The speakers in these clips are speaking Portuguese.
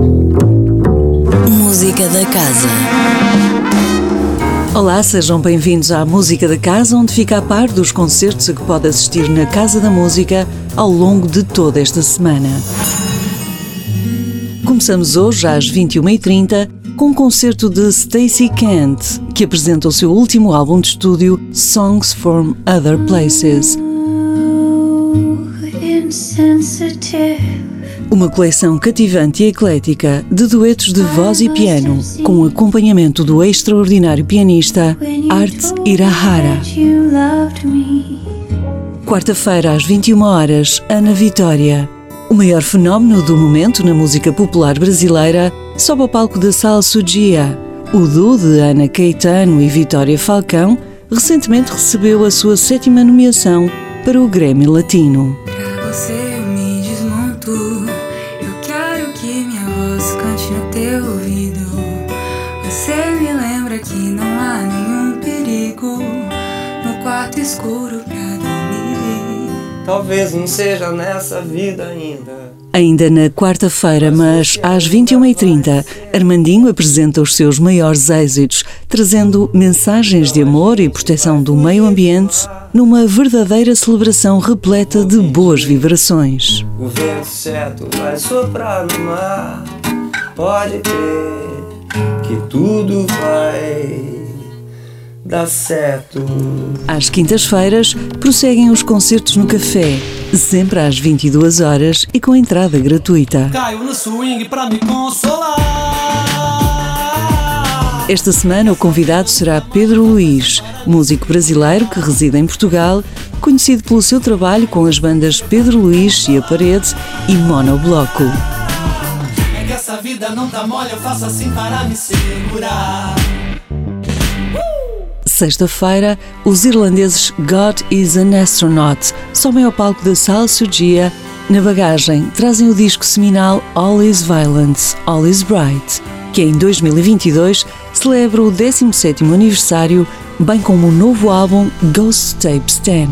Música da Casa. Olá, sejam bem-vindos à Música da Casa, onde fica a par dos concertos a que pode assistir na Casa da Música ao longo de toda esta semana. Começamos hoje às 21h30 com um concerto de Stacey Kent, que apresenta o seu último álbum de estúdio, Songs from Other Places. Uma coleção cativante e eclética de duetos de voz e piano, com o acompanhamento do extraordinário pianista Art Hirahara. Quarta-feira, às 21h, Ana Vitória. O maior fenómeno do momento na música popular brasileira sobe ao palco da Sala Sugia. O duo de Ana Caetano e Vitória Falcão recentemente recebeu a sua 7ª nomeação para o Grammy Latino. Pra você eu me desmonto, eu quero que minha voz cante no teu ouvido. Você me lembra que não há nenhum perigo no quarto escuro pra dormir. Talvez não seja nessa vida ainda. Ainda na quarta-feira, mas às 21h30, Armandinho apresenta os seus maiores êxitos, trazendo mensagens de amor e proteção do meio ambiente numa verdadeira celebração repleta de boas vibrações. O vento certo vai soprar no mar. Pode crer que tudo vai dar certo. Às quintas-feiras, prosseguem os concertos no Café, sempre às 22h e com entrada gratuita. Caio no swing pra me consolar. Esta semana o convidado será Pedro Luís, músico brasileiro que reside em Portugal, conhecido pelo seu trabalho com as bandas Pedro Luís e a Parede e Monobloco. É que essa vida não dá mole, eu faço assim para me segurar. Sexta-feira, os irlandeses God is an Astronaut sobem ao palco da Sala Sugia. Na bagagem, trazem o disco seminal All is Violence, All is Bright, que em 2022 celebra o 17º aniversário, bem como o novo álbum Ghost Tapes 10.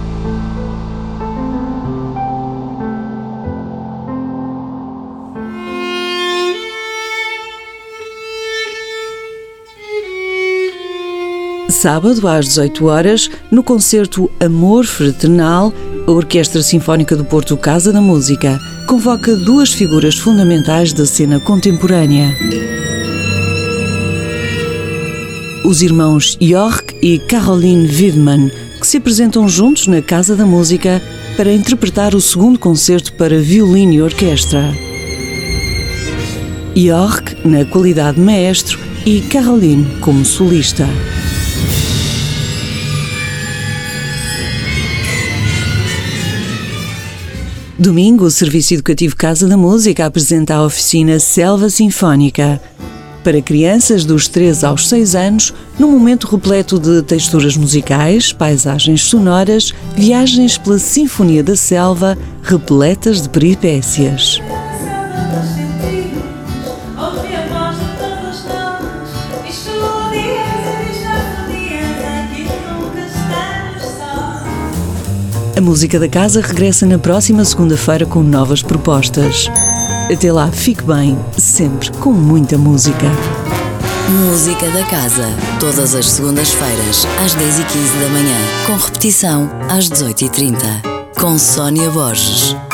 Sábado, às 18h, no concerto Amor Fraternal, a Orquestra Sinfónica do Porto Casa da Música convoca duas figuras fundamentais da cena contemporânea. Os irmãos Jörg e Caroline Wiedmann, que se apresentam juntos na Casa da Música para interpretar o segundo concerto para violino e orquestra. Jörg na qualidade de maestro e Caroline como solista. Domingo, o Serviço Educativo Casa da Música apresenta a oficina Selva Sinfónica para crianças dos 3 aos 6 anos, num momento repleto de texturas musicais, paisagens sonoras, viagens pela Sinfonia da Selva, repletas de peripécias. A Música da Casa regressa na próxima segunda-feira com novas propostas. Até lá, fique bem, sempre com muita música. Música da Casa, todas as segundas-feiras, às 10h15 da manhã, com repetição às 18h30, com Sónia Borges.